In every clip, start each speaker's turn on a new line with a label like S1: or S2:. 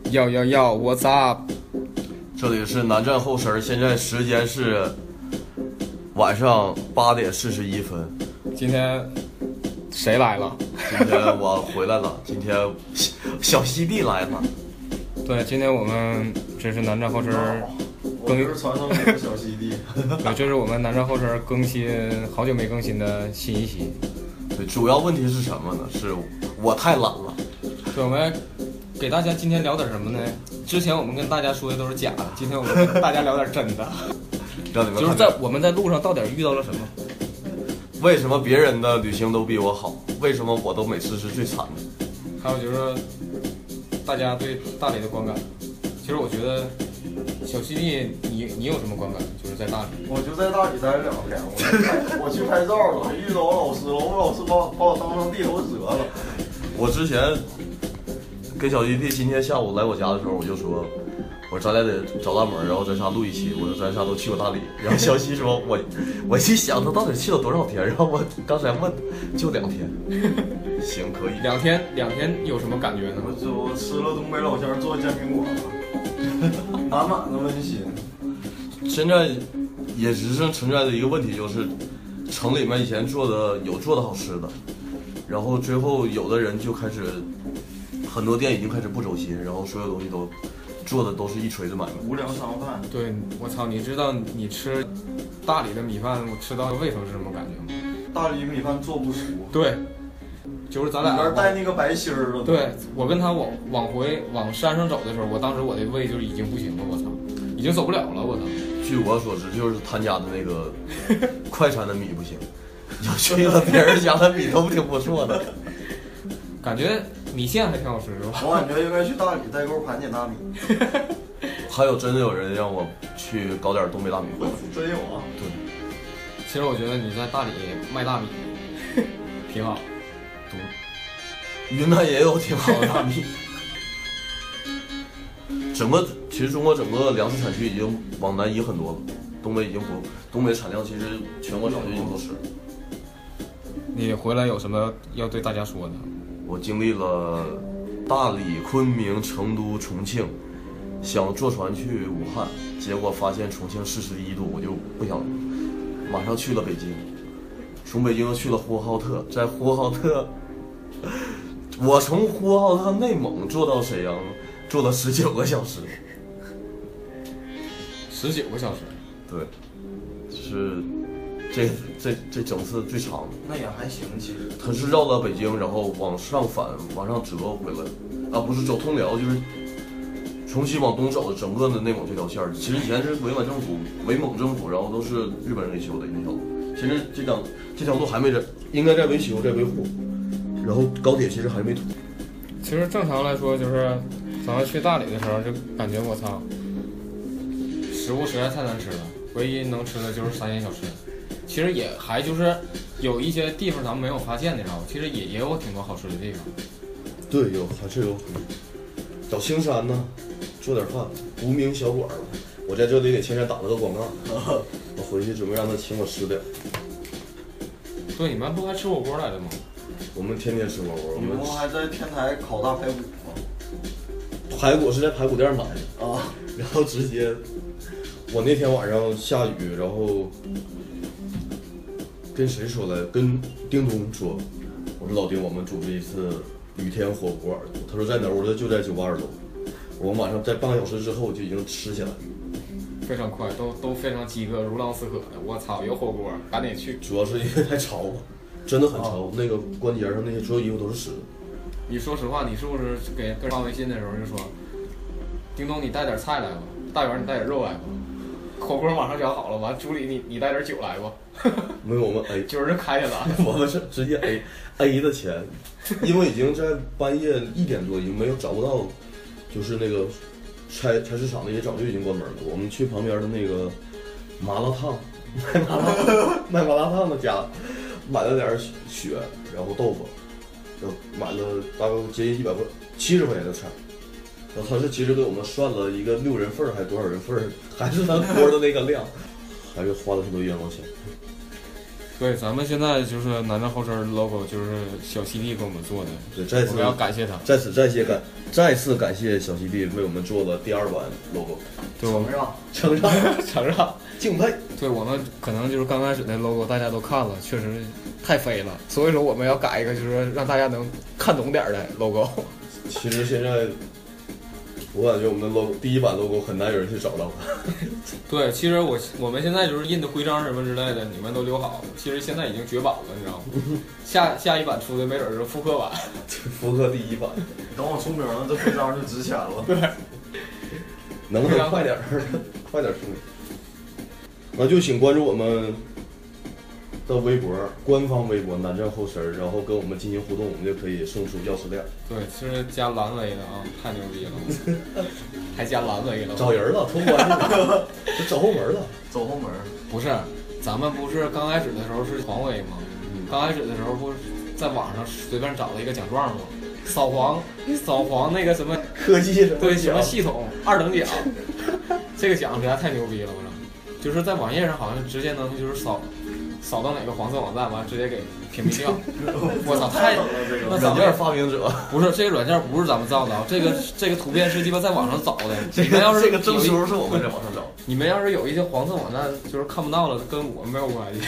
S1: What's up？
S2: 这里是南站后身，现在时间是晚上8点41分。
S1: 今天谁来了？
S2: 今天我回来了，今天小西弟来了。
S1: 对，今天我们这是南站后身
S3: 我是传说中的小西弟。
S1: 对，这是我们南站后身更新好久没更新的新一期。
S2: 对，主要问题是什么呢？是我太懒了。
S1: 对，我们给大家今天聊点什么呢？之前我们跟大家说的都是假的，今天我们跟大家聊点真的。
S2: 让你们
S1: 就是我们在路上到底遇到了什么？
S2: 为什么别人的旅行都比我好？为什么我都每次是最惨的？
S1: 还有就是大家对大理的观感。其实我觉得小西弟，你有什么观感？就是在大理。
S3: 我就在大理待了2天，我去拍照了，遇到我老师了，我老师把我当成地头蛇了。
S2: 我之前跟小西弟今天下午来我家的时候，我就说，我说咱俩得找大门，然后咱仨录一期。我说咱仨都去过大理。然后小西说，我一想他到底去了多少天，然后我刚才问就2天。行，可以。
S1: 2天有什么感觉呢？
S3: 我吃了东北老乡做的煎饼果子，满满的温馨。
S2: 现在也只是存在的一个问题，就是城里面以前做的好吃的，然后最后有的人就开始，很多店已经开始不走心，然后所有东西都做的都是一锤子买卖，
S3: 无良商贩。
S1: 对，我操！你知道你吃大理的米饭，我吃到胃口是什么感觉吗？
S3: 大理米饭做不熟。
S1: 对，就是咱俩
S3: 里边带那个白心儿了。
S1: 对，我跟他往山上走的时候，当时我的胃就已经不行了，我操，已经走不了了，我操！
S2: 据我所知，就是他家的那个快餐的米不行，要去了别人家的米都挺不错的。
S1: 感觉米线还挺好吃，是吧？
S3: 我感觉应该去大理代购盘锦大米。
S2: 还有真的有人让我去搞点东北大米回来，
S3: 真有啊！
S2: 对，
S1: 其实我觉得你在大理卖大米挺好。
S2: 云南也有挺好的大米。其实中国整个粮食产区已经往南移很多了，东北已经不，东北产量其实全国早就已经不吃。
S1: 你回来有什么要对大家说的？
S2: 我经历了大理、昆明、成都、重庆，想坐船去武汉，结果发现重庆41度，我就不想，马上去了北京，从北京去了呼和浩特，在呼和浩特，我从呼和浩特内蒙坐到沈阳，坐了19个小时。
S1: 19个小时。
S2: 对，是这整次最长的。
S3: 那也还行，其实。
S2: 他是绕到北京，然后往上折回来，啊，不是走通辽，就是从西往东走的整个的内蒙这条线儿。其实以前是伪蒙政府，然后都是日本人给修的那条路。现在这条路还没应该在维修，在维护。然后高铁其实还没通。
S1: 其实正常来说，就是咱们去大理的时候，就感觉我操，食物实在太难吃了，唯一能吃的就是3鲜小吃。其实也还就是有一些地方咱们没有发现，你知道吗？其实也有挺多好吃的地方。
S2: 对，还是有。到青山呢，做点饭，无名小馆儿，我在这里给青山打了个广告。我回去准备让他请我吃点。
S1: 对，你们不还吃火锅来着吗？
S2: 我们天天吃火锅。
S3: 你们还在天台烤大排骨吗？
S2: 排骨是在排骨店买的
S3: 啊，
S2: 然后直接，我那天晚上下雨，然后跟谁说来？跟叮咚说，我说老丁，我们组织一次雨天火锅。他说在哪儿？我说就在酒吧2楼。我们晚上在半个小时之后就已经吃起来了，
S1: 非常快，都非常饥饿，如狼似渴的。我操，有火锅，赶紧去！
S2: 主要是因为太潮了，真的很潮，那个关节上那些所有衣服都是湿的。
S1: 你说实话，你是不是给人发微信的时候就说，叮咚你带点菜来吧，大元你带点肉来吧，火锅马上调好了，完助理你带点酒来吧。
S2: 没有，我们 A
S1: 酒人开下来，
S2: 我们是直接 A 的钱，因为已经在半夜1点多，已经找不到，就是那个菜市场那些早就已经关门了。我们去旁边的那个麻辣烫，卖麻辣烫的家，买了点血，然后豆腐，买了大概接近70块钱的菜。然后他是其实给我们算了一个6人份还是多少人份，还是他锅的那个量，还是花了很多冤枉钱。
S1: 对，咱们现在就是南站后身 logo 就是小西弟给我们做的，
S2: 对，再次
S1: 我们要感谢他。
S2: 再次感谢小西弟为我们做了第2版 logo，
S1: 对，我们
S2: 承让
S1: 承让
S2: 敬佩。
S1: 对，我们可能就是刚开始那 logo 大家都看了，确实太飞了，所以说我们要改一个就是让大家能看懂点的 logo。
S2: 其实现在我感觉我们的 logo 第1版 logo 很难有人去找到它。
S1: 对，其实我们现在就是印的徽章什么之类的，你们都留好。其实现在已经绝版了，你知道吗？下一版出的没准是复刻版，
S2: 复刻第1版。
S3: 等我出名了，这徽章就值钱了。
S1: 对，
S2: 能不能快点快点出名？那就请关注我们的微博，官方微博南站后身，然后跟我们进行互动，我们就可以送出钥匙链。
S1: 对，其实加蓝 V 的啊，太牛逼了，还加蓝 V 了，
S2: 找人了，托关系了，就走后门了。
S3: 走后门
S1: 不是，咱们不是刚开始的时候是黄 V 吗？刚开始的时候不是在网上随便找了一个奖状吗？扫黄那个什么
S2: 科技什么
S1: 对什么系统2等奖，这个奖实在太牛逼了，我操！就是在网页上好像直接能就是扫到哪个黄色网站，完直接给屏蔽掉。我操，太那
S2: 软件发明者
S1: 不是这个软件不是咱们造的，这个图片是鸡巴在网上找的。你们要是
S2: 这个证书是我们在网上找，
S1: 你们要是有一些黄色网站就是看不到了，跟我们没有关系。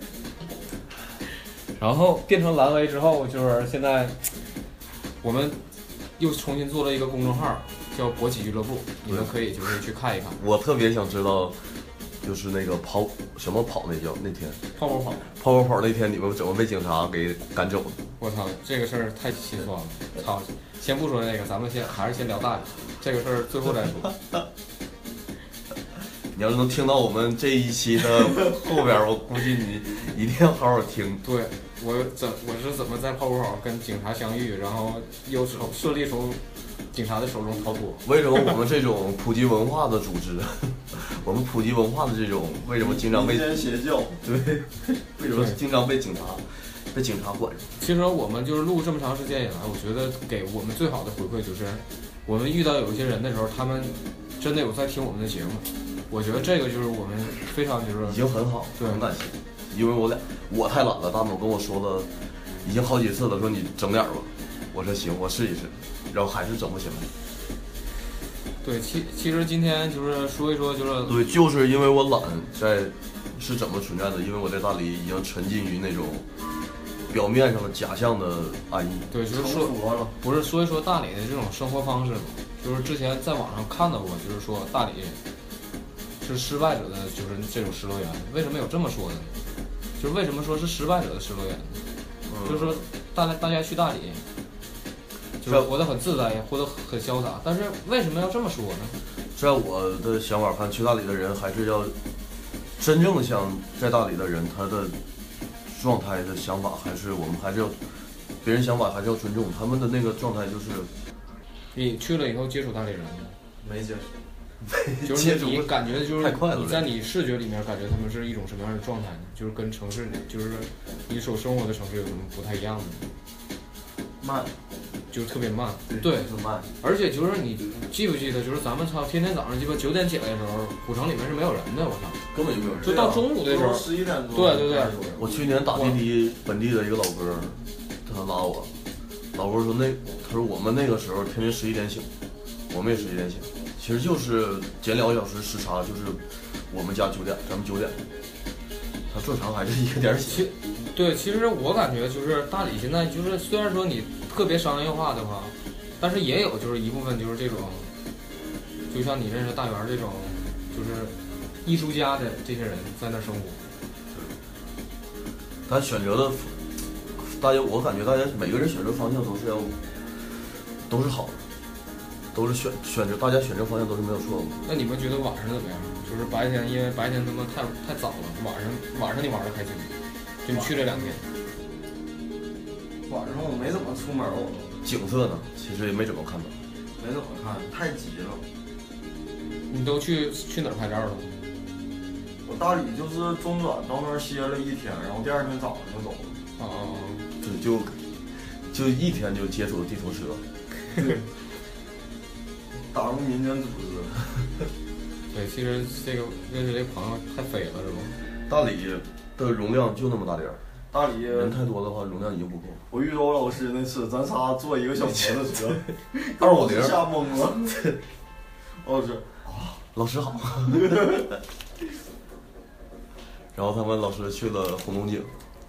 S1: 然后变成蓝 V 之后，就是现在我们又重新做了一个公众号，叫国企俱乐部，你们可以就是去看一看。
S2: 我特别想知道，就是那个跑那叫那天
S1: 泡
S2: 跑那天，你们怎么被警察给赶走的？
S1: 我操，这个事儿太心酸了。操，先不说那个，咱们还是先聊大理，这个事儿最后再说。
S2: 你要是能听到我们这一期的后边，我估计你一定要好好听。
S1: 对，我是怎么在泡泡跟警察相遇，然后又顺利从警察的手中逃脱？
S2: 为什么我们这种普及文化的组织，我们普及文化的这种，为什么经常被
S3: 邪教？
S2: 对，为什么经常被警察管着？
S1: 其实我们就是录这么长时间以来，我觉得给我们最好的回馈就是，我们遇到有一些人的时候，他们真的有在听我们的节目。我觉得这个就是我们非常就是
S2: 已经很好，
S1: 对，
S2: 很感谢。因为我太懒了，大某跟我说了，已经好几次了，说你整点吧。我说行，我试一试，然后还是整不起来。
S1: 对，其实今天就是说一说，就是
S2: 对，就是因为我懒，是怎么存在的？因为我在大理已经沉浸于那种表面上的假象的安逸。
S1: 对，就是说不是说一说大理的这种生活方式嘛，就是之前在网上看到过，就是说大理是失败者的，就是这种失乐园。为什么有这么说的呢？就是为什么说是失败者的失乐园呢？就是说大家去大理，就是活得很自在，也活得很潇洒。但是为什么要这么说呢？
S2: 在我的想法看，去大理的人还是要真正想在大理的人，他的状态的想法还是我们还是要别人想法还是要尊重他们的那个状态。就是
S1: 你去了以后接触大理人吗？
S3: 没接触。
S1: 就是你感觉就是
S2: 太快了，
S1: 你在你视觉里面感觉他们是一种什么样的状态呢？就是跟城市里，就是你所生活的城市有什么不太一样的？
S3: 慢，
S1: 就是特别慢，
S3: 对，是慢。
S1: 而且就是你记不记得，就是咱们天天早上鸡巴9点起来的时候，古城里面是没有人的，我操，
S2: 根本就没有人。
S1: 就到中午的时候
S3: 11点多。
S1: 对。
S2: 我去年打滴滴，本地的一个老哥，他拉我，老哥说他说我们那个时候天天11点醒，我们也11点醒。其实就是减2个小时时差，就是我们家9点，咱们9点，他正常还是1个点起。
S1: 对，其实我感觉就是大理现在就是虽然说你特别商业化的话，但是也有就是一部分就是这种，就像你认识大园这种，就是艺术家的这些人在那生活。
S2: 他选择的，我感觉大家每个人选择方向都是好的。都是选择，大家选择方向都是没有错误。
S1: 那你们觉得晚上怎么样？就是白天，因为白天他们太早了，晚上你玩的开心吗？就你去了2天。
S3: 晚上我没怎么出门，我
S2: 景色呢，其实也没怎么看到，
S3: 没怎么看，太急了。
S1: 你都去哪儿拍照了？
S3: 我大理就是中转到那儿歇了1天，然后第2天早上就走了。
S2: 就1天就接触了地头蛇。
S3: 对。打入民间组织。
S1: 对，其实这个认识这朋友太飞了，是吧？
S2: 大理的容量就那么大点儿，
S3: 大理
S2: 人太多的话容量已经不够。
S3: 我遇到我老师那次，咱仨坐一个小摩托车
S2: 250
S3: 吓懵了。老师，
S2: 老师好。然后他们老师去了红龙井，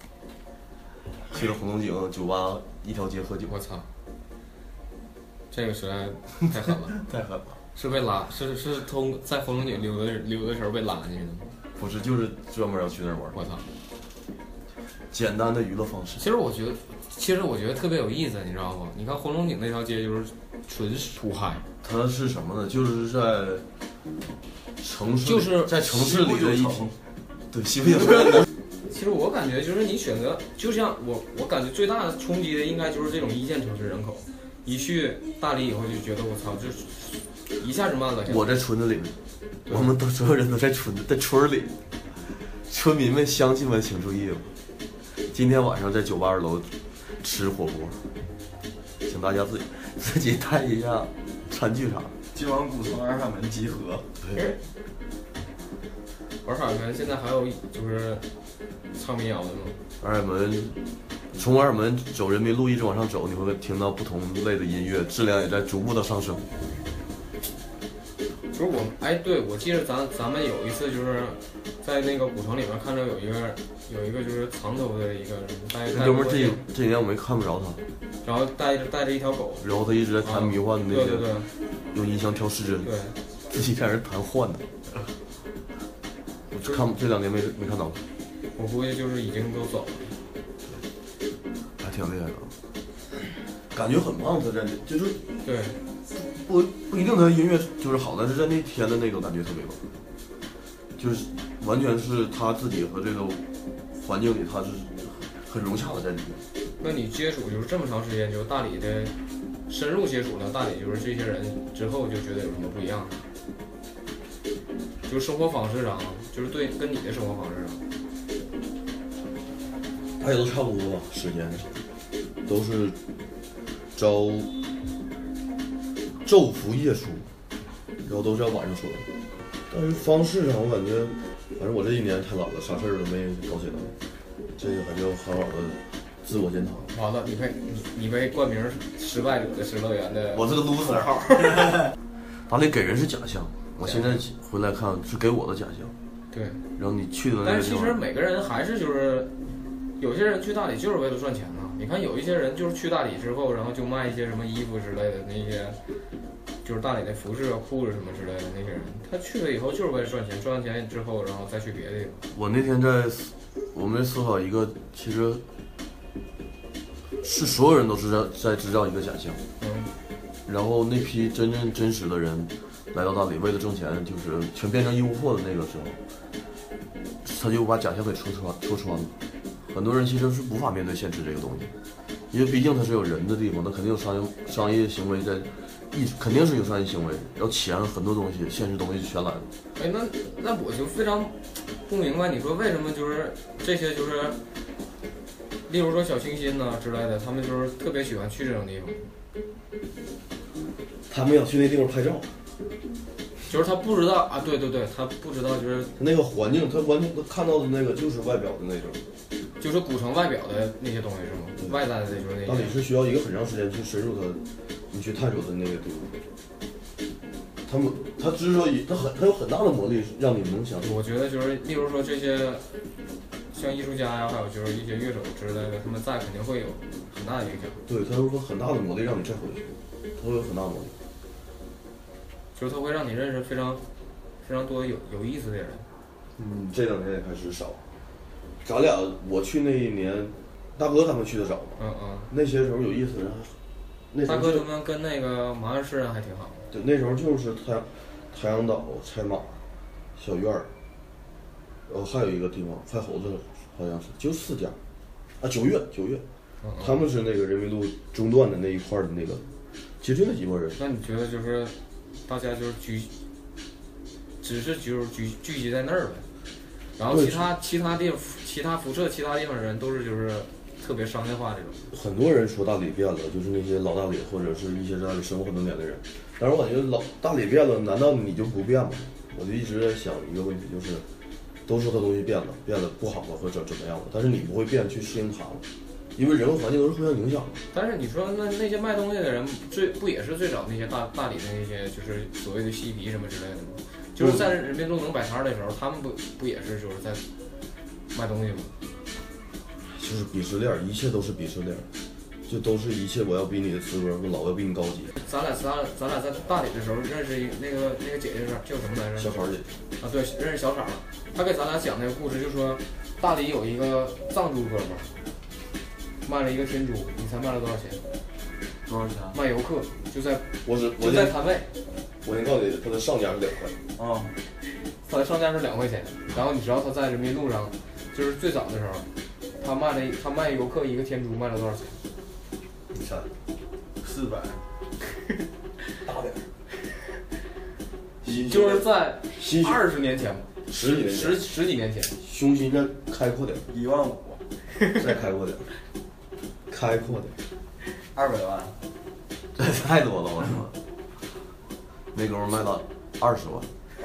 S2: 酒吧一条街喝酒。
S1: 我操，这个实在太狠了，
S2: 太狠了。
S1: 是被拉，是在红龙井溜达的时候被拉进去的吗？
S2: 不是，就是专门要去那儿玩。
S1: 我操，
S2: 简单的娱乐方式。
S1: 其实我觉得特别有意思，你知道吗？你看红龙井那条街就是纯土嗨，
S2: 它是什么呢？就是在城市，
S1: 就是
S2: 在城市里的一批，对，西部酒城。
S1: 其实我感觉就是你选择，就像我感觉最大的冲击的应该就是这种一线城市人口，一去大理以后就觉得我操，就是一下子慢了。
S2: 我在村子里面，我们所有人都在村里，村民们乡亲们请注意了，今天晚上在酒吧2楼吃火锅，请大家自己带一下餐具啥的。
S3: 今晚古城洱海门集合。
S2: 对。
S1: 洱海门现在还有就是唱民谣的吗？
S2: 洱海门，从洱海门走人民路一直往上走，你会听到不同类的音乐，质量也在逐步的上升。
S1: 就是对，我记得咱们有一次就是在那个古城里面看着有一个就是藏头的一个人，
S2: 那哥们这几年我没看不着他，
S1: 然后带着一条狗，
S2: 然后他一直在弹迷幻的那些，
S1: 对，
S2: 用音箱调失真，
S1: 对，
S2: 自己在那弹换的。我看这2年没看到，
S1: 我估计就是已经都走了，
S2: 还挺厉害的，感觉很棒。他在就是
S1: 对。
S2: 不一定他音乐就是好，但是在那天的那个感觉特别棒，就是完全是他自己和这个环境里，他是很融洽的在里面。
S1: 那你接触就是这么长时间，就是大理的深入接触了大理，就是这些人之后，就觉得有什么不一样？就是生活方式上，就是对跟你的生活方式上，
S2: 大家都差不多吧，时间都是朝昼伏夜出，然后都是要晚上说的。但是方式上，我感觉，反正我这1年太懒了，啥事儿都没搞起来。这个还是要好好的自我检讨。
S1: 完了，你被冠名失败者的失乐园的，
S2: 我是个 loser 号。大理给人是假象，我现在回来看是给我的假象。
S1: 对。
S2: 然后你去的那个
S1: 但是其实每个人还是就是，有些人去大理就是为了赚钱呢。你看有一些人就是去大理之后，然后就卖一些什么衣服之类的那些，就是大理的服饰啊、裤子什么之类的那些人，他去了以后就是为了赚钱，赚完钱之后，然后再去别的地方。
S2: 我那天我们思考一个，其实是所有人都是在制造一个假象。然后那批真正真实的人来到大理，为了挣钱，就是全变成义乌货的那个时候，他就把假象给戳穿了。很多人其实是无法面对现实这个东西，因为毕竟它是有人的地方，它肯定有商业行为在，肯定是有商业行为，然后钱很多东西，现实东西全来了。
S1: 哎，那我就非常不明白，你说为什么就是这些就是，例如说小清新呐之类的，他们就是特别喜欢去这种地方。
S2: 他们要去那地方拍照。
S1: 就是他不知道啊，对，他不知道就是
S2: 那个环境，他完全看到的那个就是外表的那种，
S1: 就是古城外表的那些东西是吗？外在的就是那些。
S2: 大理是需要一个很长时间去深入你去探索的那个地方。他之所以他有很大的魔力，让你能想象。
S1: 我觉得就是，例如说这些像艺术家呀，还有就是一些乐手之类的，他们在肯定会有很大的影响。
S2: 对，他有很大的魔力让你再回去，他会有很大的魔力。
S1: 就是它会让你认识非常非常多有意思的人。
S2: 这2年也开始少。咱俩我去那一年，大哥他们去的早嘛。那些时候有意思的人，那时候
S1: 大哥他们跟那个马鞍市人还挺好。
S2: 对，那时候就是太阳岛、拆马、小院儿，然后还有一个地方快猴子，好像是就4家。九月，他们是那个人民路中段的那一块的那个，其实就那几拨人。
S1: 那你觉得就是大家就是只是聚集在那儿呗，然后其他地方、其他辐射、其他地方的人都是就是特别商业化这种。
S2: 很多人说大理变了，就是那些老大理或者是一些在大理生活很多年的人。但是我感觉大理变了，难道你就不变吗？我就一直在想一个问题，就是都说它东西变得不好了或者怎么样了，但是你不会变去适应它了，因为人和环境都是互相影响的。
S1: 但是你说那些卖东西的人，不也是最早那些大理的那些就是所谓的嬉皮什么之类的吗？就是在人民路能摆摊的时候，他们不也是就是在卖东西吗？
S2: 就是鄙视链，一切都是鄙视链，就都是一切我要比你的资格，我老要比你高级。
S1: 咱俩在大理的时候认识那个姐姐叫什么来着？
S2: 小草姐
S1: 啊，对，认识小草。她给咱俩讲那个故事，就说大理有一个藏族哥们儿卖了一个天珠，你猜卖了多少钱？
S3: 多少钱？
S1: 卖游客就在摊位。
S2: 我先告诉你，他的上家是2块。
S3: 啊，
S1: 他的上架是2块钱，然后你知道他在人民路上，就是最早的时候，他卖游客一个天珠卖了多少钱？
S2: 你猜
S3: 400，
S2: 大点。
S1: 就是在20年前吧
S2: ，10
S1: 几年前，
S2: 胸襟再开阔点
S3: 15000，
S2: 再开阔点，开阔点
S3: ，200万，
S2: 这太多了，我操！那哥们卖了20万。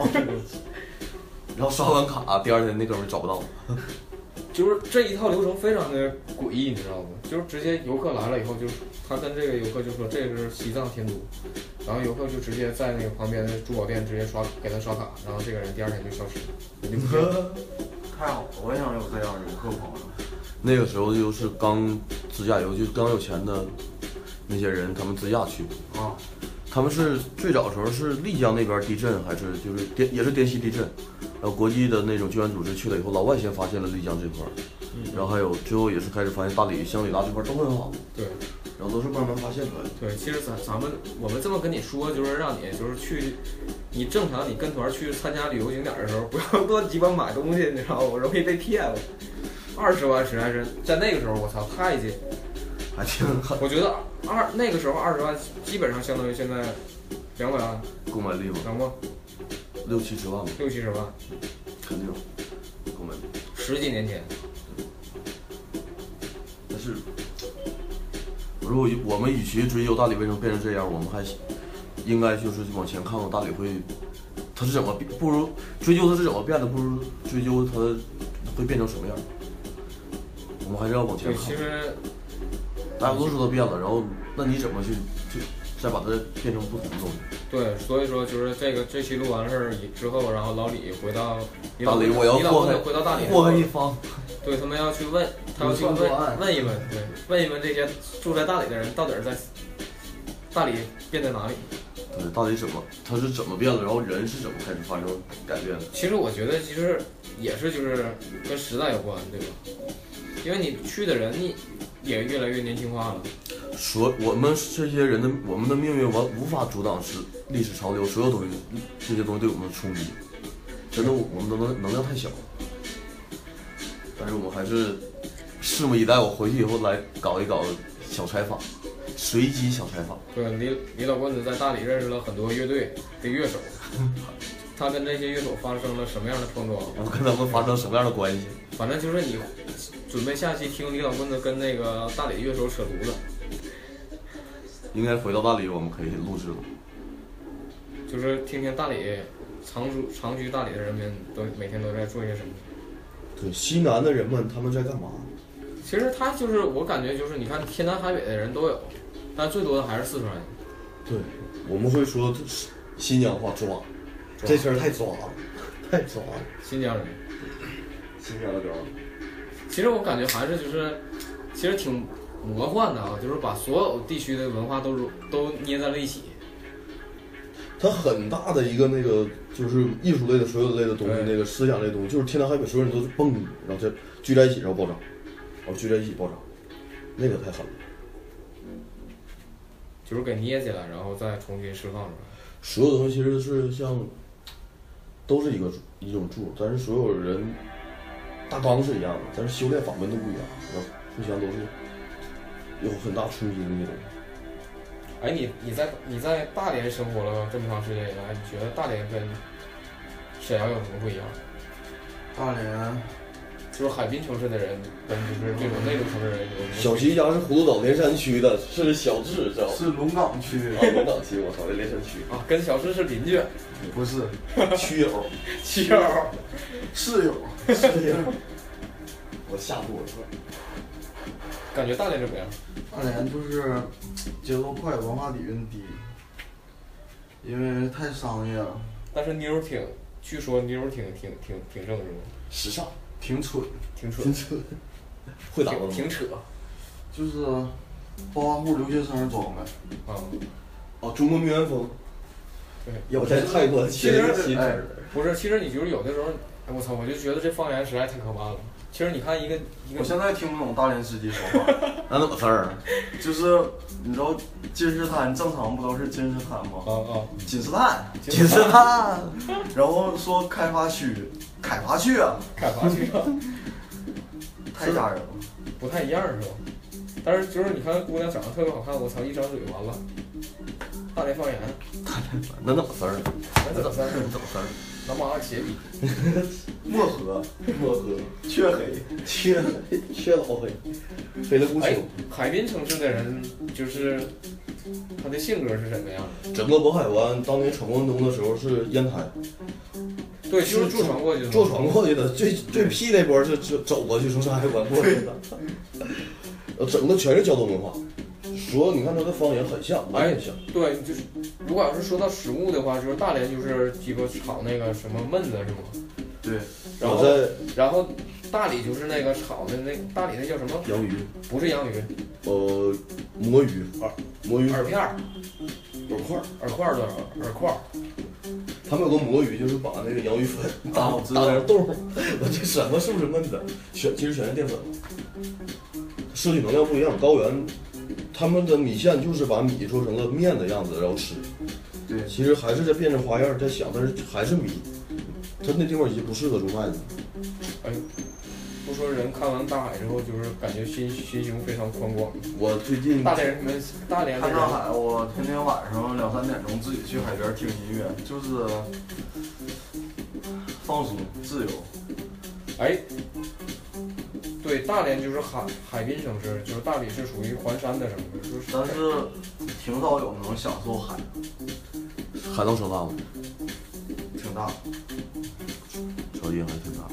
S2: 然后刷完卡，第2天那哥们找不到了。
S1: 就是这一套流程非常的诡异，你知道不？就是直接游客来了以后，就是他跟这个游客就说这个是西藏天珠，然后游客就直接在那个旁边的珠宝店直接给他刷卡，然后这个人第2天就消失了。
S3: 太好了，我也想有这样的游客朋友。
S2: 那个时候就是刚自驾游，就刚有钱的那些人，他们自驾去
S3: 啊。
S2: 他们是最早的时候是丽江那边地震，还是就是也是滇西地震，然后国际的那种救援组织去了以后，老外先发现了丽江这块，然后还有最后也是开始发现大理、香格里拉这块都很好，
S1: 对，
S2: 然后都是慢慢发现出来的。
S1: 对，其实我们这么跟你说，就是让你就是去，你正常你跟团去参加旅游景点的时候，不要多鸡巴买东西，你知道吗？容易被骗了。20万实在是在那个时候，我操，太紧。
S2: 还挺狠。
S1: 我觉得那个时候20万基本上相当于现在200万
S2: 购买力吗？
S1: 能不
S2: ？60-70万吧。
S1: 60-70万，
S2: 肯定购买力。
S1: 10几年前。
S2: 但是，如果我们与其追究大理为什么变成这样，我们还应该就是往前看看大理它是怎么不如追究它是怎么变的，不如追究它会变成什么样。我们还是要往前看。
S1: 其实。
S2: 大家都说它变了，然后那你怎么去再把它变成不同的东西？
S1: 对，所以说就是这期录完事儿之后，然后老李回到
S2: 大理，我要
S1: 回到大理，
S2: 祸害一方。
S1: 对，他们要去问一问，对，问一问这些住在大理的人到底是在大理变在哪里？
S2: 对，到底它是怎么变了？然后人是怎么开始发生改变的？
S1: 其实我觉得其实也是就是跟时代有关，对吧？因为你去的人也越来越年轻化了。
S2: 我们这些人我们的命运无法阻挡历史潮流，所有东西这些东西对我们的冲击，真的我们的能量太小了。但是我们还是拭目以待，我回去以后来搞一搞小采访，随机小采访。
S1: 对，李老棍子在大理认识了很多乐队的乐手，他跟这些乐手发生了什么样的碰撞？
S2: 我跟他们发生什么样的关系？
S1: 反正就是你准备下期听李老棍子跟那个大理乐手扯犊子。
S2: 应该回到大理，我们可以录制了。
S1: 就是听听大理长居大理的人们每天都在做些什么。
S2: 对，西南的人们他们在干嘛？
S1: 其实他就是我感觉就是你看天南海北的人都有，但最多的还是四川人。
S2: 对，我们会说新疆话抓，这词儿太抓了，太抓了。
S1: 新疆人，
S2: 新疆的歌。
S1: 其实我感觉还是其实挺魔幻的啊，就是把所有地区的文化都捏在了一起。
S2: 它很大的一个那个就是艺术类的所有类的东西，那个思想类的东西，就是天南海北所有人都是蹦，然后再聚在一起，然后爆炸，然后聚在一起爆炸，那个太狠了。
S1: 就是给捏起来，然后再重新释放出来。
S2: 所有的东西其实是像，都是一种柱，但是所有人大纲是一样的，但是修炼法门都不一样，然后互相都是有很大冲击的那种。
S1: 哎，你在大连生活了这么长时间以来，你觉得大连跟沈阳有什么不一样？
S3: 大连就
S1: 就是海滨城市的人跟就是这种内陆城市的人有什么？
S2: 小齐家是葫芦岛连山区的，是小智知道吗？
S3: 是龙岗区
S2: 啊，龙岗区，我操，这连山区
S1: 啊，跟小智是邻居，
S3: 不是
S2: 区友，
S1: 七友，
S3: 室友。
S2: 我吓唬我了。
S1: 感觉大连怎么样？
S3: 大连就是节奏快，文化底蕴低，因为太商业了，
S1: 但是妞儿据说妞儿挺正是吗？
S2: 时尚，
S3: 挺蠢，
S1: 挺扯，
S2: 挺扯，会打吗？
S1: 挺扯。
S3: 就是暴发户留学生装的。
S1: 啊，
S2: 哦，中国名媛风。
S1: 对，
S2: 我在泰国
S1: 其实
S2: 学了个新
S3: 哎
S2: 词。
S1: 不是，其实你就是有的时候，哎我操，我就觉得这方言实在挺可怕了。其实你看一个
S3: 我现在听不懂大连司机说话，
S2: 那怎么事儿啊？
S3: 就是你知道金石滩正常不都是金石滩吗？
S1: 啊，
S3: 金石滩，
S2: 金石滩，
S3: 然后说开发区，开发区啊，
S1: 开发区啊，
S3: 太吓人了。
S1: 不太一样是吧？但是就是你看姑娘长得特别好看，我操，一张嘴完了。大连方言，
S2: 那怎么事儿啊？
S1: 那怎么事儿？
S2: 怎么事儿？
S1: 拿马写笔，
S3: 漠河，
S2: 漠河，
S3: 黢黑，
S2: 缺老黑，黑的不
S1: 哎
S2: 行。，
S1: 海滨城市的人就是他的性格是什么样的？
S2: 整个渤海湾当年闯关东的时候是烟台，
S1: 对，就是坐船过去的。
S2: 坐船过去的，最屁那波是走过去从山海关过去的，整个全是胶东文化。说你看他的方言很像，完全像。
S1: 对，就是如果要是说到食物的话，就是大连就是鸡巴炒那个什么焖子是吗？
S3: 对，
S1: 然后大理就是那个炒的那大理那叫什么？
S2: 洋鱼，
S1: 不是洋鱼，
S2: 魔芋，魔芋
S1: 饵片儿，
S2: 饵块儿，
S1: 饵块儿。
S2: 他们有个魔芋，就是把那个洋芋粉打
S3: 我知道
S2: 点洞，我这什么是不是焖子？其实全是淀粉，摄取能量不一样。高原他们的米线就是把米做成了面的样子，然后吃。
S3: 对，
S2: 其实还是在变着花样在想，但是还是米。它那地方已经不适合种麦子。
S1: 哎，不说人看完大海之后，就是感觉心胸非常宽广。
S2: 我最近
S1: 大连人的人
S3: 看大海，我天天晚上2、3点钟自己去海边听音乐，就是放松自由。
S1: 哎，对，大连就是海滨城市，就是大理是属于环山的城市，就是
S3: 但是挺少有能享受海，
S2: 海盗声大吗？
S3: 挺大。
S2: 噪音还挺大。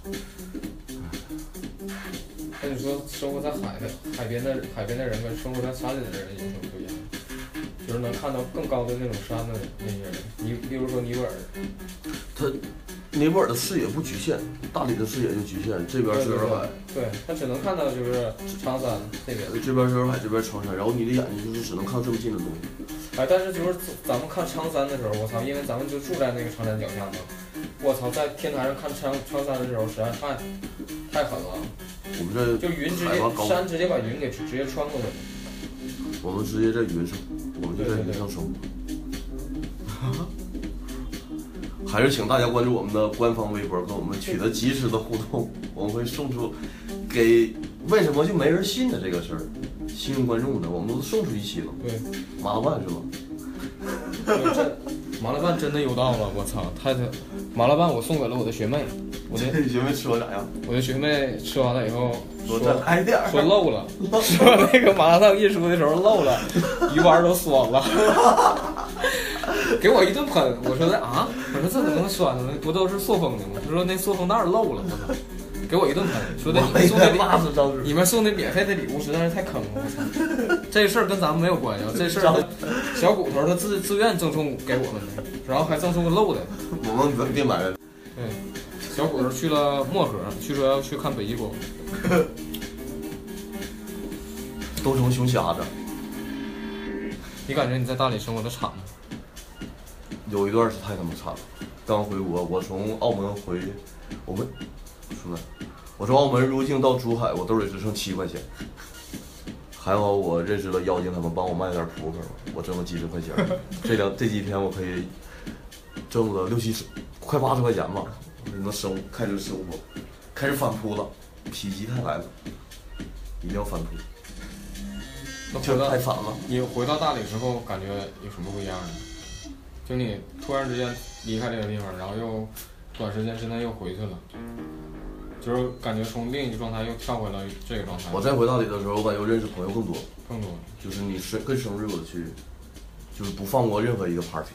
S1: 那你说生活在海边的人跟生活在山里的人有什么不一样？就是能看到更高的那种山的那些人，例如说尼泊尔，
S2: 它尼泊尔的视野不局限，大理的视野就局限，这边是洱海，
S1: 对，他只能看到就是长山那边。
S2: 这边是洱海，这边长山，然后你的眼睛就是只能看这么近的东西。
S1: 哎，但是就是咱们看苍山的时候，我操，因为咱们就住在那个长山脚下嘛，我操，在天台上看苍山的时候，实在太狠了。
S2: 我们这
S1: 就云山直接把云给直接穿过去了。
S2: 我们直接在云上，我们就在云上生活。还是请大家关注我们的官方微博，跟我们取得及时的互动，我们会送出给为什么就没人信的这个事儿，幸运观众的，我们都送出一期了。
S1: 对，
S2: 麻辣拌是吧？
S1: 麻辣拌真的有道了，我操，麻辣拌我送给了我的学妹，
S2: 你学妹吃完咋样？
S1: 我的学妹吃完了以后
S2: 说再来点儿，
S1: 说漏了，说那个麻辣烫运输的时候漏了，鱼丸都酸了，给我一顿喷。我说我说这怎么能酸呢？不都是塑封的吗？他说那塑封袋漏了，我操，给我一顿喷，说的你们送的免费的礼物实在是太坑了，我操！这事儿跟咱们没有关系，这事儿小骨头他自愿赠送给我们的，然后还赠送个漏的。
S2: 我们别买了。
S1: 对，小骨头去了漠河，据说要去看北极光。
S2: 都成熊瞎子。
S1: 你感觉你在大理生活的惨吗？
S2: 有一段是太他妈惨了。刚回国，我从澳门回，我从澳门入境到珠海，我兜里只剩7块钱。还好我认识了妖精，他们帮我卖点扑克，我挣了几十块钱。这几天我可以挣了60、70，快80块钱吧。能开始生活，开始反扑了，否极泰来了，一定要反扑。这太惨了。
S1: 你回到大理之后，感觉有什么不一样呢？就你突然之间离开这个地方，然后又短时间之内又回去了。 就是感觉从另一个状态又跳回了这个状态。
S2: 我再回大理的时候，我感觉我认识朋友更多，就是你更深入的去，就是不放过任何一个 party。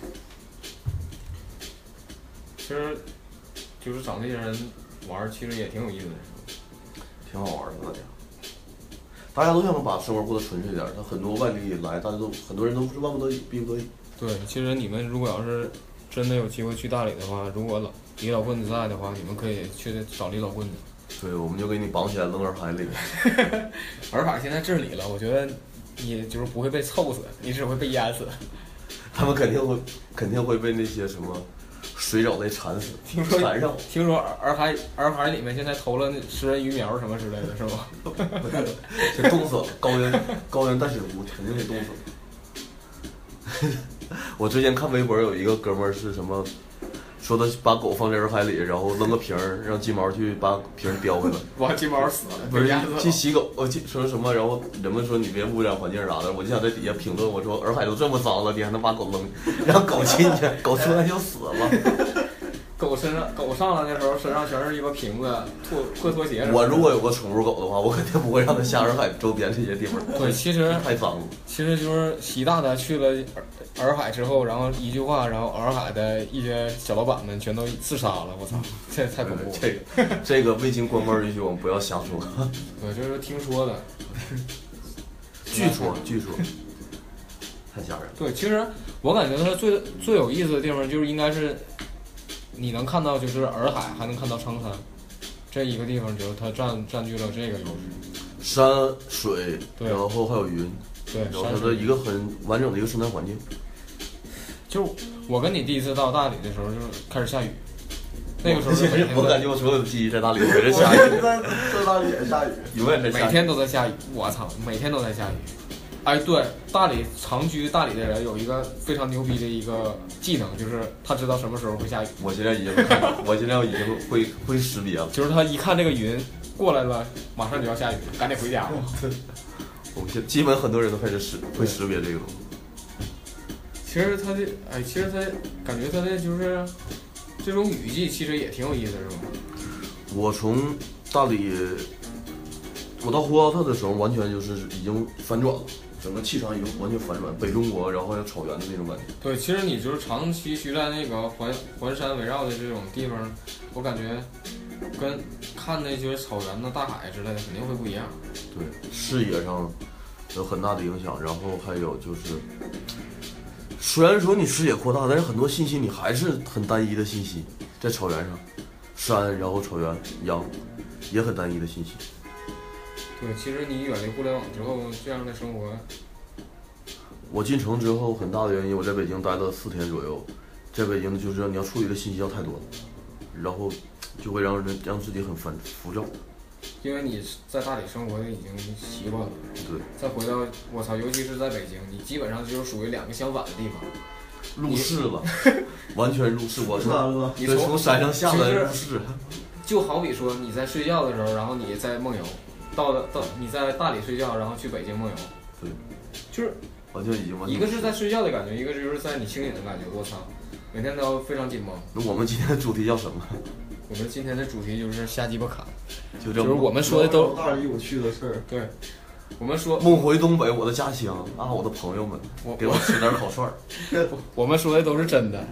S1: 其实，就是找那些人玩，其实也挺有意思的，
S2: 挺好玩的，大家都想把生活过得纯粹点。他很多外地来，很多人都是万不得已，逼不得已。
S1: 对，其实你们如果要是真的有机会去大理的话，如果李老棍子在的话，你们可以去找李老棍子。
S2: 对，我们就给你绑起来扔洱海里。
S1: 洱海现在治理了，我觉得你就是不会被臭死，你只会被淹死。
S2: 他们肯定会被那些什么水藻类缠死。
S1: 听说洱海里面现在投了食人鱼苗什么之类的，是吗？
S2: 这冻死了，高原淡水湖肯定得冻死了。我之前看微博有一个哥们儿是什么，说他把狗放在洱海里，然后扔个瓶儿，让金毛去把瓶儿叼回来。
S1: 哇，金毛死了，
S2: 不是去洗狗，说什么？然后人们说你别污染环境啥的，我就想在底下评论，我说洱海都这么脏了，你还能把狗扔，让狗进去，狗出来就死了。
S1: 狗上来的时候，身上全是一个瓶子、破拖鞋。
S2: 我如果有个宠物狗的话，我肯定不会让它下洱海周边这些地方。
S1: 对，其实
S2: 太脏了。
S1: 其实就是习大大去了洱海之后，然后一句话，然后洱海的一些小老板们全都自杀了。我操，这太恐怖了。
S2: 这个未经官方允许，我们不要瞎说。
S1: 对，就是听说的。
S2: 据说，太吓人。
S1: 对，其实我感觉它最有意思的地方，就是应该是你能看到就是洱海，还能看到苍山，这一个地方就是它占据了这个优势。
S2: 山水，然后还有云，
S1: 对，
S2: 然后它的一个很完整的一个生态环境。
S1: 就是我跟你第一次到大理的时候，就是开始下雨。那个时候
S2: 我感觉我所有的记忆在大理全是下雨，
S3: 在大理也下雨，
S2: 永远在下雨，
S1: 每天都在下雨。我操，每天都在下雨。哎，对，常居大理的人有一个非常牛逼的一个技能，就是他知道什么时候会下雨。
S2: 我现在已经会识别了，
S1: 就是他一看这个云过来了，马上就要下雨，赶紧回家了。
S2: 我们基本很多人都开始会识别这个东西。
S1: 其实他感觉他的就是这种雨季，其实也挺有意思，是吧？
S2: 我从大理，我到呼和浩特的时候，完全就是已经反转了。整个气场已经完全反转，北中国，然后还有草原的那种感觉。
S1: 对，其实你就是长期居在那个环山围绕的这种地方，我感觉跟看那些草原的大海之类的肯定会不一样。
S2: 对，视野上有很大的影响，然后还有就是，虽然说你视野扩大，但是很多信息你还是很单一的信息，在草原上，山，然后草原，羊，也很单一的信息。
S1: 对，其实你远离互联网之后，这样的生活，
S2: 我进城之后，很大的原因，我在北京待了4天左右，在北京就是你要处理的信息要太多了，然后就会让自己很浮躁。
S1: 因为你在大理生活已经习惯了，
S2: 对，
S1: 再回到我操，尤其是在北京，你基本上就是属于两个相反的地方。
S2: 入世了，完全入世。我
S3: 说，
S2: 你从山上下来入世，
S1: 就好比说你在睡觉的时候，然后你在梦游。到你在大理睡觉，然后去北京梦游，
S2: 对，
S1: 就是
S2: 完全已经
S1: 一个是在睡觉的感觉，一个就是在你清醒的感觉。我操，每天都非常紧绷。
S2: 那我们今天的主题叫什么？
S1: 我们今天的主题就是瞎鸡巴侃，
S2: 就是
S1: 我们说的都
S3: 大理有趣的事儿。
S1: 对，我们说
S2: 梦回东北，我的家乡啊，我的朋友们，给我吃点烤串儿。
S1: 我们说的都是真的。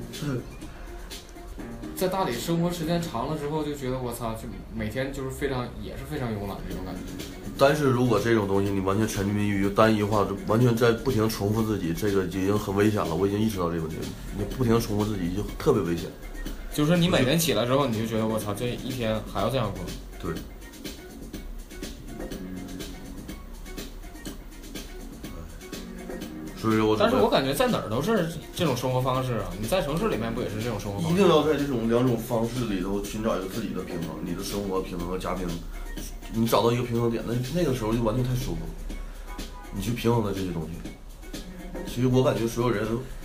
S1: 在大理生活时间长了之后，就觉得我操，就每天就是也是非常慵懒这种感觉。
S2: 但是如果这种东西你完全沉迷于单一化，完全在不停重复自己，这个已经很危险了。我已经意识到这个问题了，你不停重复自己就特别危险。
S1: 就是你每天起来之后，你就觉得我操，这一天还要这样过。
S2: 对。所以说
S1: 但是我感觉在哪儿都是这种生活方式啊！你在城市里面不也是这种生活方式？
S2: 一定要在这种两种方式里头寻找一个自己的平衡，你的生活平衡和家庭，你找到一个平衡点，那个时候就完全太舒服了。你去平衡的这些东西，其实我感觉所有人，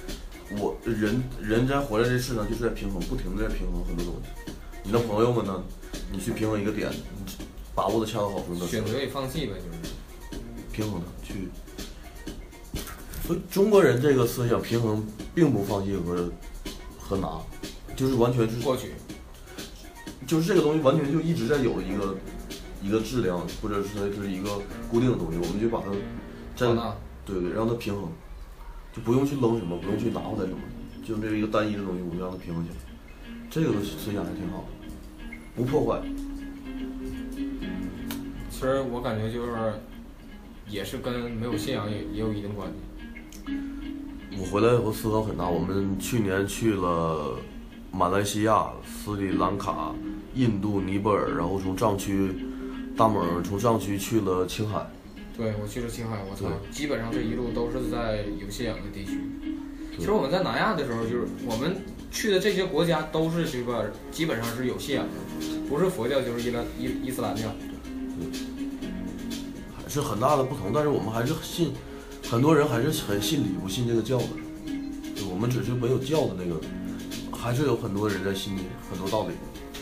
S2: 人在活在这世上就是在平衡，不停的在平衡很多东西。你的朋友们呢，你去平衡一个点，你把握的恰到好处的
S1: 选择与放弃呗，就是
S2: 平衡的去。所以中国人这个思想平衡并不放弃和拿，就是完全是
S1: 获取。
S2: 就是这个东西完全就一直在有一个质量，或者是就是一个固定的东西，我们就把它对，让它平衡，就不用去扔什么，不用去拿回来什么，就这一个单一的东西，我们让它平衡起来，这个思想还挺好的，不破坏。
S1: 其实我感觉就是也是跟没有信仰也有一定关系。
S2: 我回来以后思考很大，我们去年去了马来西亚、斯里兰卡、印度、尼泊尔，然后从藏区大蒙从藏区去了青海。
S1: 对，我去了青海，我操，基本上这一路都是在有信仰的地区。其实我们在南亚的时候，就是我们去的这些国家都是基本上是有信仰的，不是佛教就是伊斯兰教。
S2: 还是很大的不同，但是我们还是信，很多人还是很信礼不信这个教的。我们只是没有教的那个，还是有很多人在信很多道理。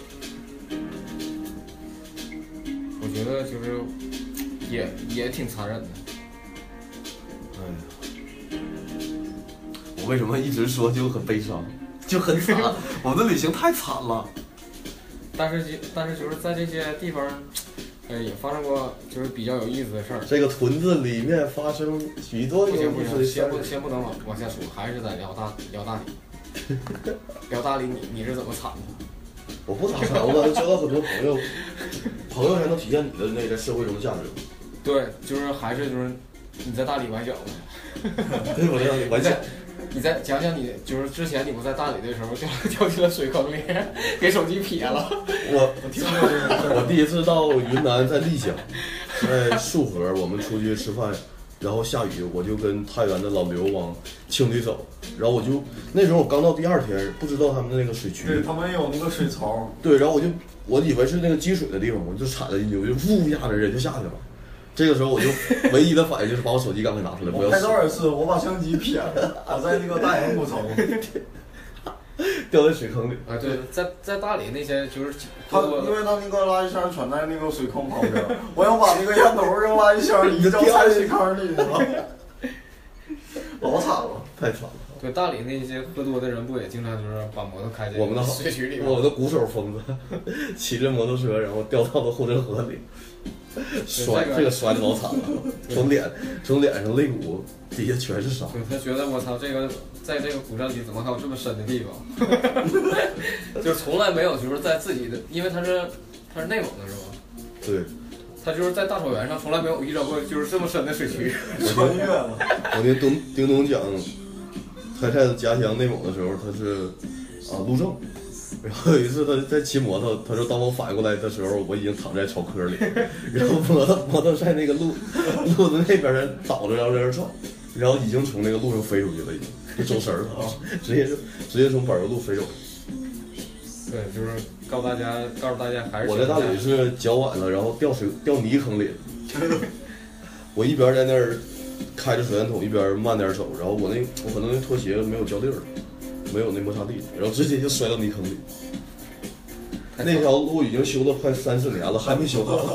S1: 我觉得就是也挺残忍的。
S2: 哎呀，我为什么一直说就很悲伤，就很惨？我的旅行太惨了。
S1: 但是就是在这些地方，也发生过就是比较有意思的事儿。
S2: 这个屯子里面发生许多有意思的事儿。
S1: 先不能往下说，还是在聊大理。聊大理你是怎么惨的？
S2: 我不咋惨，我感觉交到很多朋友，朋友才能体现你的那在社会中的价值。
S1: 对，就是还是就是你在大理崴脚了。
S2: 对，我在崴脚。
S1: 你再讲讲你就是之前你不在大理的时候掉进了水坑里，给手机撇了。
S2: 我第一次到云南，在丽江，在束河，我们出去吃饭，然后下雨，我就跟太原的老刘往青旅走，然后那时候我刚到第二天，不知道他们的那个水渠，
S3: 对他们有那个水槽，
S2: 对，然后我以为是那个积水的地方，我就踩了进去，我就呜一下子人就下去了。这个时候我就唯一的反应就是把我手机赶快拿出来，不要
S3: 拍照也是，我把相机撇了，我在那个大洋古城
S2: 掉在水坑里。
S1: 啊，对，在大理那些就是
S3: 因为他那个垃圾箱全在那个水坑旁边，我要把那个烟头扔垃圾箱里，掉在水坑里了，老惨了，
S2: 太惨了。
S1: 对，大理那些喝多的人不也经常就是把摩托开进
S2: 我们的
S1: 水渠里吗？
S2: 我的鼓手疯子骑着摩托车，然后掉到了护城河里。这个摔的老惨了，从脸上肋骨底下全是伤。
S1: 对，他觉得我操，这个在这个古镇里怎么还有这么深的地方？就从来没有就是在自己的，因为他是内蒙的是吧？
S2: 对，
S1: 他就是在大草原上从来没有遇到过就是这么深的水渠。
S3: 穿越了。
S2: 我听丁东讲，他在家乡内蒙的时候，他是路政。然后有一次他在骑摩托，他说当我反应过来的时候，我已经躺在草坑里，然后摩托在那个路的那边倒着，然后在那转，然后已经从那个路上飞出去了，已经就走神了，直接从柏油路飞走。
S1: 对，就是告诉大家还是
S2: 我在大理是脚崴了，然后掉泥坑里，我一边在那儿开着手电筒一边慢点走，然后我可能那拖鞋没有胶粒儿。没有那摩擦力，然后直接就摔到泥坑里。那条路已经修了快3-4年了，还没修好。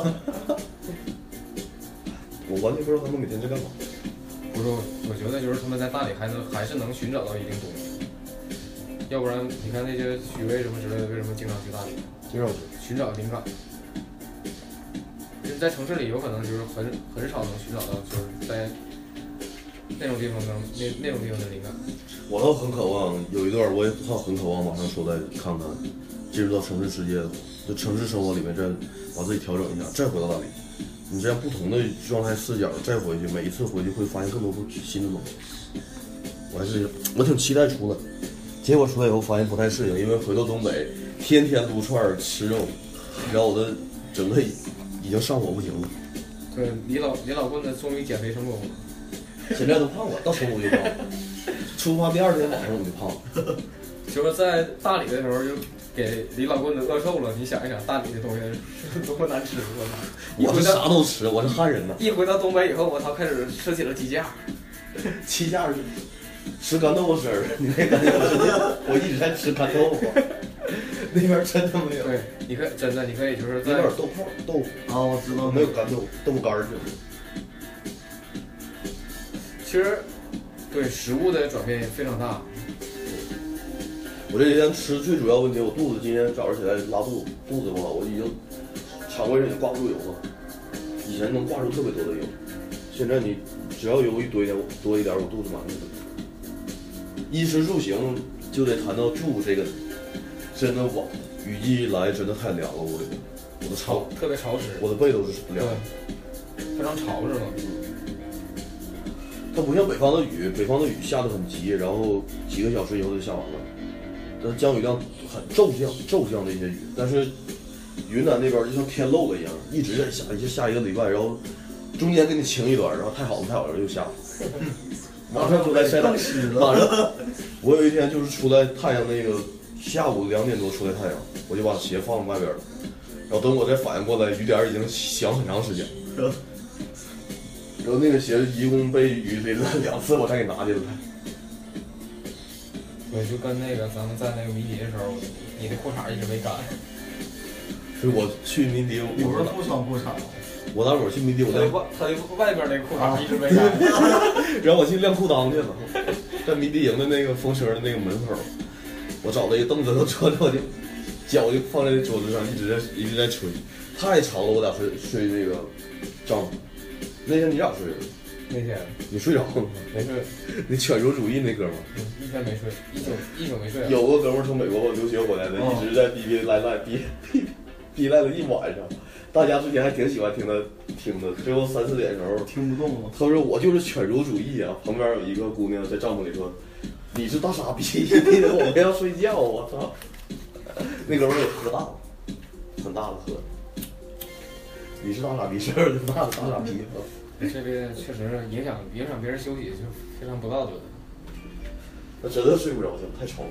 S2: 我完全不知道他们每天在干嘛。
S1: 不是，我觉得就是他们在大理还是能寻找到一定东西，要不然你看那些许巍什么之类的，为什么经常去大理？
S2: 经常去
S1: 寻找灵感。就是在城市里有可能就是很少能寻找到，就是在那种地方的灵感。
S2: 我倒很渴望有一段，我也很渴望马上出来看看，进入到城市世界，就城市生活里面再把自己调整一下，再回到大理。你这样不同的状态视角再回去，每一次回去会发现更多新的东西。我挺期待出来，结果出来以后发现不太适应，因为回到东北天天撸串吃肉，然后我的整个已经上火不行了。
S1: 对，李老棍子终于减肥成功了。
S2: 现在都胖了，到成都就胖了。出发第2天晚上我就胖了。
S1: 就是在大理的时候就给李老棍子饿瘦了。你想一想，大理的东西是多么难吃！
S2: 我是啥都吃，我是汉人呐。
S1: 一回到东北以后，我操，开始吃起了鸡架。
S2: 鸡架吃干豆腐丝儿，你那干豆腐，我一直在吃干豆腐。那边真的没有。
S1: 对，你可以就是
S2: 在那边豆腐
S3: 啊，我知道
S2: 没有干豆腐干儿。
S1: 其实，对食物的转变也非常大。
S2: 我这几天吃最主要问题，我肚子今天早上起来拉肚子，肚子不好，我已经肠胃上也挂不住油了。以前能挂住特别多的油，现在你只要油多一点，我肚子马上就疼。衣食住行就得谈到住这个，真的晚，雨季一来真的太凉了，我的潮
S1: 特别潮湿，
S2: 我的背都是凉的，
S1: 非常潮是吗？
S2: 它不像北方的雨，北方的雨下得很急，然后几个小时以后就下完了。但降雨量很骤降的一些雨，但是云南那边就像天漏了一样，一直在下，一直下一个礼拜，然后中间给你晴一段，然后太好了又下，马上就在晒太阳。马上，我有一天就是出来太阳那个下午2点多出来太阳，我就把鞋放外边了，然后等我再反应过来，雨点已经响很长时间，然后那个鞋一共被雨淋了2次，我才给拿进来。
S1: 对，就跟那个咱们在那个迷笛的时候，你的裤衩一直没干。
S2: 所以我去迷笛，
S3: 你不是不穿裤衩吗？
S2: 我那会儿去迷笛，我
S1: 他的外边那裤衩一直没干。
S2: 然后我去晾裤裆去了，在迷笛营的那个风车的那个门口，我找了一个凳子，都坐着，我就脚就放在桌子上，一直在吹，太吵了，我咋睡那个帐篷？那天你咋睡的？
S1: 那天
S2: 你睡着了吗？
S1: 没睡。
S2: 你犬儒主义那哥们儿，
S1: 一天没睡，一宿没睡。
S2: 有个哥们儿从美国留学回来的，一直在逼赖了一晚上。大家之前还挺喜欢听的，最后3、4点的时候
S3: 听不动了。
S2: 他说我就是犬儒主义啊。旁边有一个姑娘在帐篷里说：“你是大傻逼，我们要睡觉。”我操！那哥们儿也喝大了，很大的喝。你是大傻逼，是很大的大傻逼。
S1: 这边确实是影响别人休息，就非常不道德。
S2: 那真的睡不着觉，太吵了。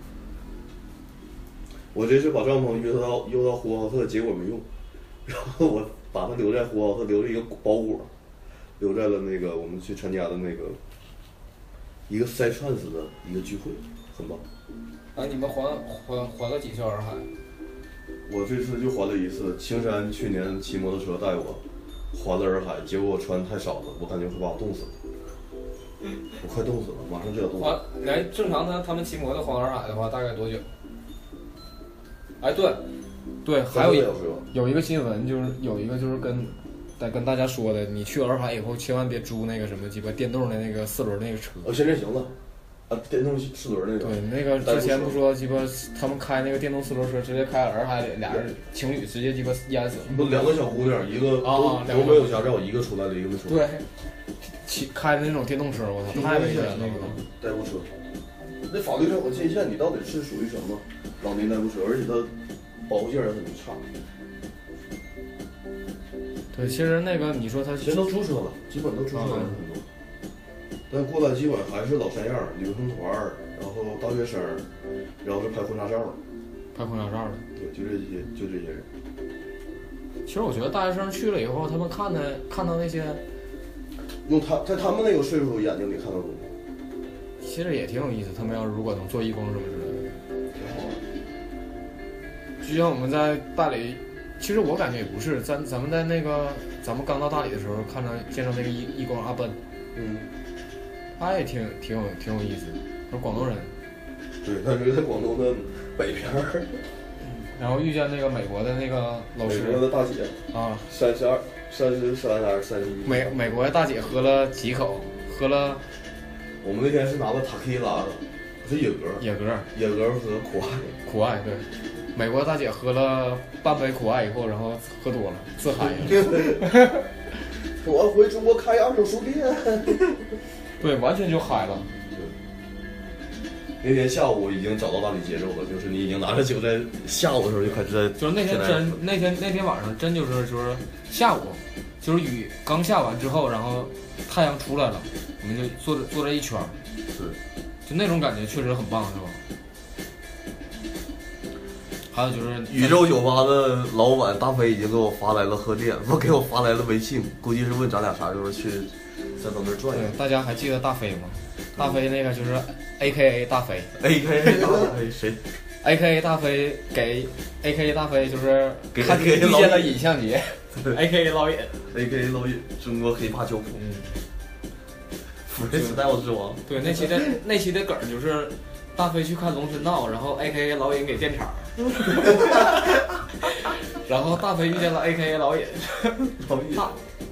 S2: 我这次把帐篷邮到呼和浩特，结果没用，然后我把它留在呼和浩特，留了一个包裹，留在了那个我们去参加的那个一个塞串子的一个聚会，很棒。
S1: 啊，你们还了几次洱海？
S2: 我这次就还了一次。青山去年骑摩托车带我还了洱海，结果我穿太少了，我感觉会把我冻死了。我快冻死了，马上就要冻死了。
S1: 来，正常他们骑摩托环洱海的话，大概多久？哎，对，还有一个新闻，就是有一个就是跟大家说的，你去洱海以后千万别租那个什么鸡巴电动的那个4轮那个车。
S2: 现在行了。啊，电动4轮那个。
S1: 对，那个之前不说鸡巴他们开那个电动4轮车，直接开洱海里，俩人情侣直接鸡巴淹死了。
S2: 不，2个小姑娘，一个都没有驾照，一个出来了，一个没出来。
S1: 对，开的那种电动车，我操，太危险了。
S2: 代步车，那法律上有界限，你到底是属于什么老年代步车？而且它保护件也很差。
S1: 对，其实那个你说他
S2: 现在都出车了，基本都出车了很多。但过来基本还是老三样，旅行团，然后大学生，然后是拍婚纱照的。
S1: 拍婚纱照的。
S2: 对，就这些人。
S1: 其实我觉得大学生去了以后，他们看到那些，
S2: 在他们那个岁数眼睛里看到东西，
S1: 其实也挺有意思。他们要如果能做义工什么之类的，
S2: 挺好玩。
S1: 就像我们在大理，其实我感觉也不是，咱们在那个咱们刚到大理的时候，见到那个义工阿奔，他也挺有意思，是广东人。对，
S2: 他是在广东的北边儿。
S1: 然后遇见那个美国的那个老师，
S2: 美国的大姐
S1: 啊
S2: ，33还是31？
S1: 美国的大姐喝了几口，喝了。
S2: 我们那天是拿了塔 Q 拉的，是野格和苦艾。
S1: 对，美国大姐喝了半杯苦艾以后，然后喝多了，自嗨
S2: 了。我要回中国开二手书店。
S1: 对，完全就嗨了。
S2: 那天下午我已经找到大理节奏了，就是你已经拿着酒在下午的时候就开始在。
S1: 就是那天晚上真就是下午，就是雨刚下完之后，然后太阳出来了，我们就坐在一圈。
S2: 是。
S1: 就那种感觉确实很棒，是吧？还有就是
S2: 宇宙酒吧的老板大飞已经给我发来了贺电，给我发来了微信，估计是问咱俩啥时候去在咱那儿转。
S1: 对，大家还记得大飞吗？大飞那个就是 AKA 大飞
S2: ，AKA 大飞谁
S1: ？AKA 大飞给 AKA 大飞就是看遇见了尹相杰，AKA 老尹
S2: ，AKA 老尹，中国黑怕教父，福瑞斯代奥之王。
S1: 对，那期的梗就是大飞去看龙神道，然后 AKA 老尹给建场，然后大飞遇见了 AKA 老尹，大。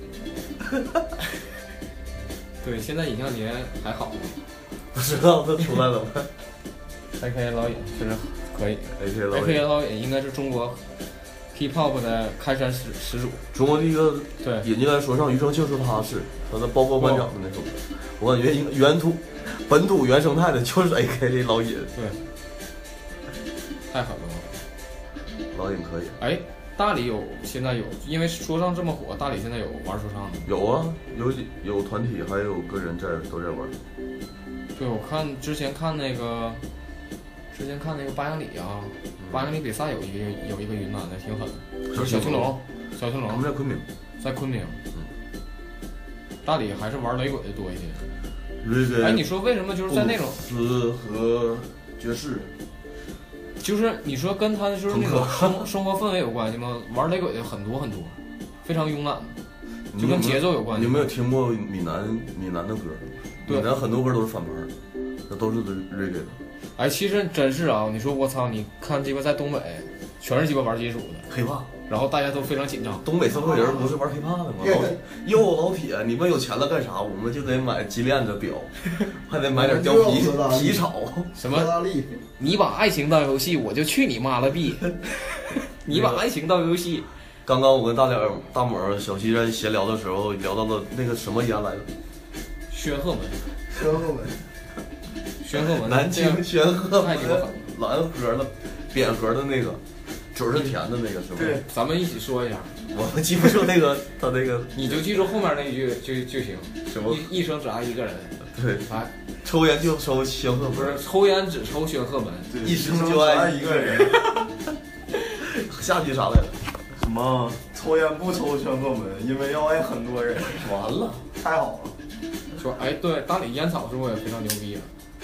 S1: 对，现在尹相杰还好吗？
S2: 不知道他出来了吗
S1: ？AKA 老尹确实可以
S2: ？AKA
S1: 老尹应该是中国 hip hop 的开山始祖，
S2: 中国第一个
S1: 对
S2: 引进来说唱余生就是他是他的包包班长的那首歌，我感觉本土原生态的就是 AKA 老尹，
S1: 对，太狠了，
S2: 老尹可以。
S1: 哎，大理现在有，因为说唱这么火，大理现在有玩说唱的。
S2: 有啊，有团体还有个人都在玩。
S1: 对，我之前看那个八英里啊，八英里比赛有一个云南的挺狠的，就是小青龙，
S2: 他们在昆明，
S1: 大理还是玩雷鬼的多一些。
S2: 哎，
S1: 你说为什么就是在那种
S2: 和爵士，
S1: 就是你说跟他就是那种生活氛围有关系吗？玩雷鬼的很多，非常慵懒，就跟节奏有关系。
S2: 你有没有听过闽南的歌？闽南很多歌都是反拍，那都是雷鬼的。
S1: 哎，其实真是啊，你说我操，你看鸡巴在东北，全是鸡巴玩金属的
S2: 黑怕，
S1: 然后大家都非常紧张。
S2: 东北社会人不是玩黑怕的吗？老铁，你们有钱了干啥？我们就得买金链子表，还得买点貂皮草。
S1: 什么？你把爱情当游戏，我就去你妈了逼！你把爱情当游戏。
S2: 刚刚我跟大猛小西在闲聊的时候聊到了那个什么烟来着？
S1: 宣赫门。
S2: 南京宣赫
S1: 太鸡巴狠了，
S2: 蓝盒的、扁盒的那个，嘴是甜的那个是吧？
S1: 对，咱们一起说一下。
S2: 我记不住那个他那个，
S1: 你就记住后面那一句就行。
S2: 什么？
S1: 一生只爱一个人。
S2: 对，抽烟就抽宣赫门，
S1: 不是抽烟只抽宣赫门，
S2: 一生就爱一个人。下句啥来着？
S3: 什么？抽烟不抽宣赫门，因为要爱很多人。
S2: 完了，
S3: 太好了。
S1: 说哎，对，大理烟草是不是也非常牛逼啊？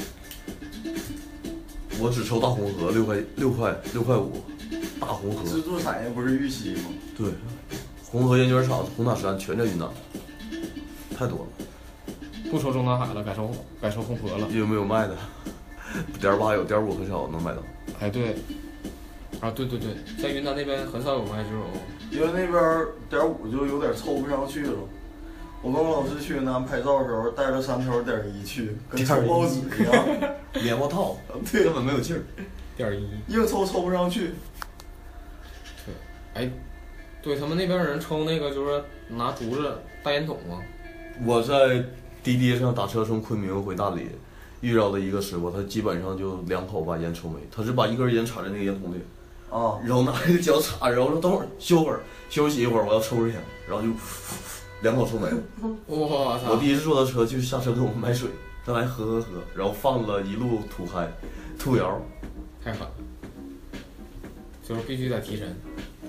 S2: 我只抽大红河6块5，大红河。
S3: 支柱产业不是玉溪吗？
S2: 对，红河烟卷厂、红塔山全在云南，太多了。
S1: 不抽中南海了，改抽红河了。
S2: 有没有卖的？.8有，.5很少能买到。
S1: 哎，对，啊，对，在云南那边很少有卖这种，
S3: 因为那边.5就有点抽不上去了。我跟我老师去云南拍照的时候，带着3条.1去，跟抽报纸一样，
S2: 棉花套，
S3: 对，
S2: 根本没有劲儿。
S1: .1
S3: 硬抽不上去。
S1: 对，哎，对他们那边人抽那个就是拿竹子大烟筒吗？
S2: 我在滴滴上打车从昆明回大理，遇到的一个师傅，他基本上就2口把烟抽没，他是把一根烟插在那个烟筒里，然后拿一个脚插，然后说等会儿休息一会儿，我要抽根烟，然后就2口抽没了。
S1: 我操！
S2: 我第一次坐他车就下车给我们买水，他来喝，然后放了一路土嗨，吐窑，
S1: 太狠了，就是必须得提神。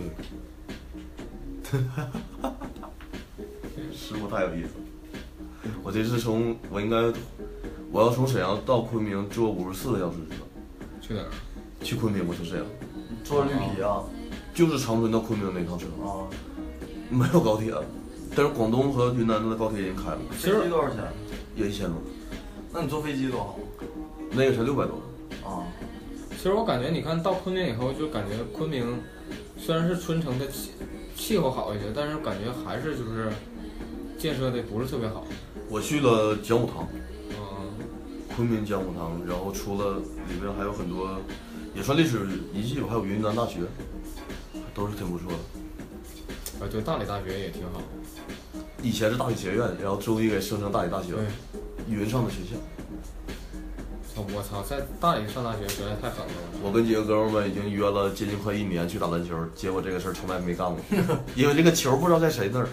S2: 对，师傅太有意思了。我这次我要从沈阳到昆明坐54个小时车。
S1: 去哪儿？
S2: 去昆明，我从沈阳。
S3: 坐绿皮啊？
S2: 就是长春到昆明那趟车
S3: 啊，
S2: 没有高铁，但是广东和云南的高铁已经开了。
S3: 飞机多少钱？
S2: 也1000多。
S3: 那你坐飞机多好？
S2: 那个才600多。
S3: 啊。
S1: 其实我感觉，你看到昆明以后，就感觉昆明虽然是春城的气候好一些，但是感觉还是就是建设的不是特别好。
S2: 我去了讲武堂，昆明讲武堂，然后除了里面还有很多，也算历史遗迹吧，还有云南大学，都是挺不错的。
S1: 对，大理大学也挺好。
S2: 以前是大理学院，然后终于给升成大理大学，云上的学校。
S1: 我操，在大理上大学实在太狠了。
S2: 我跟几个哥们们已经约了接近快1年去打篮球，结果这个事儿从来没干过，因为这个球不知道在谁那儿。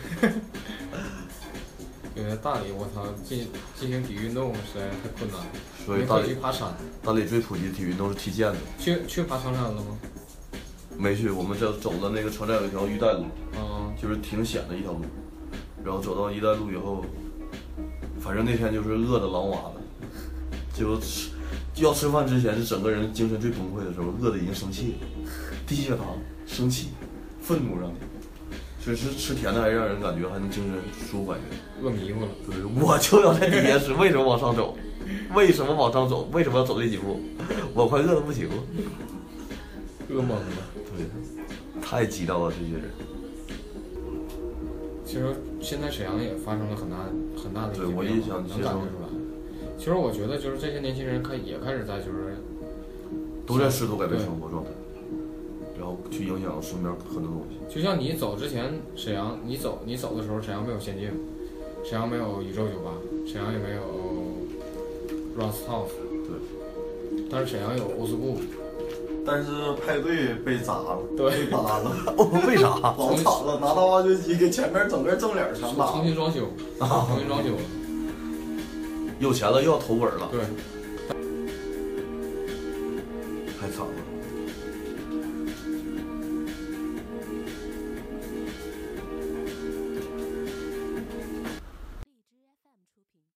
S1: 因为大理，我操，进行体育运动实在太困难了。
S2: 所以大理
S1: 去爬山。
S2: 大理最普及的体育运动是踢毽子。
S1: 去爬长山了吗？
S2: 没去，我们走了那个船站有一条玉带路，就是挺险的一条路。然后走到一带路以后，反正那天就是饿的狼哇的，就要吃饭之前是整个人精神最崩溃的时候，饿的已经生气了，低血糖、生气、愤怒让你。 吃甜的还让人感觉还能精神舒服感觉。
S1: 饿迷糊了。
S2: 对，我就要在底下吃，为什么往上走？为什么往上走？为什么要走这几步？我快饿得不行了，
S1: 饿懵了。
S2: 对，太激到了这些人。
S1: 其实现在沈阳也发生了很大的一些变化，
S2: 对我也想
S1: 能感觉出来。其实我觉得就是这些年轻人也开始在就是
S2: 都在试图改变生活状态，然后去影响身边很多东西。
S1: 就像你走之前，沈阳你走的时候，沈阳没有仙境，沈阳没有宇宙酒吧，沈阳也没有 Rust House，
S2: 对，
S1: 但是沈阳有欧斯布。
S3: 但是派对被砸了，
S1: 对，
S3: 被扒了，
S2: 为啥？
S3: 老惨了，拿大挖掘机给前面整个正脸全扒了。
S1: 重新装修，重新装修了。
S2: 有钱了又要投本了，
S1: 对，
S2: 太惨了。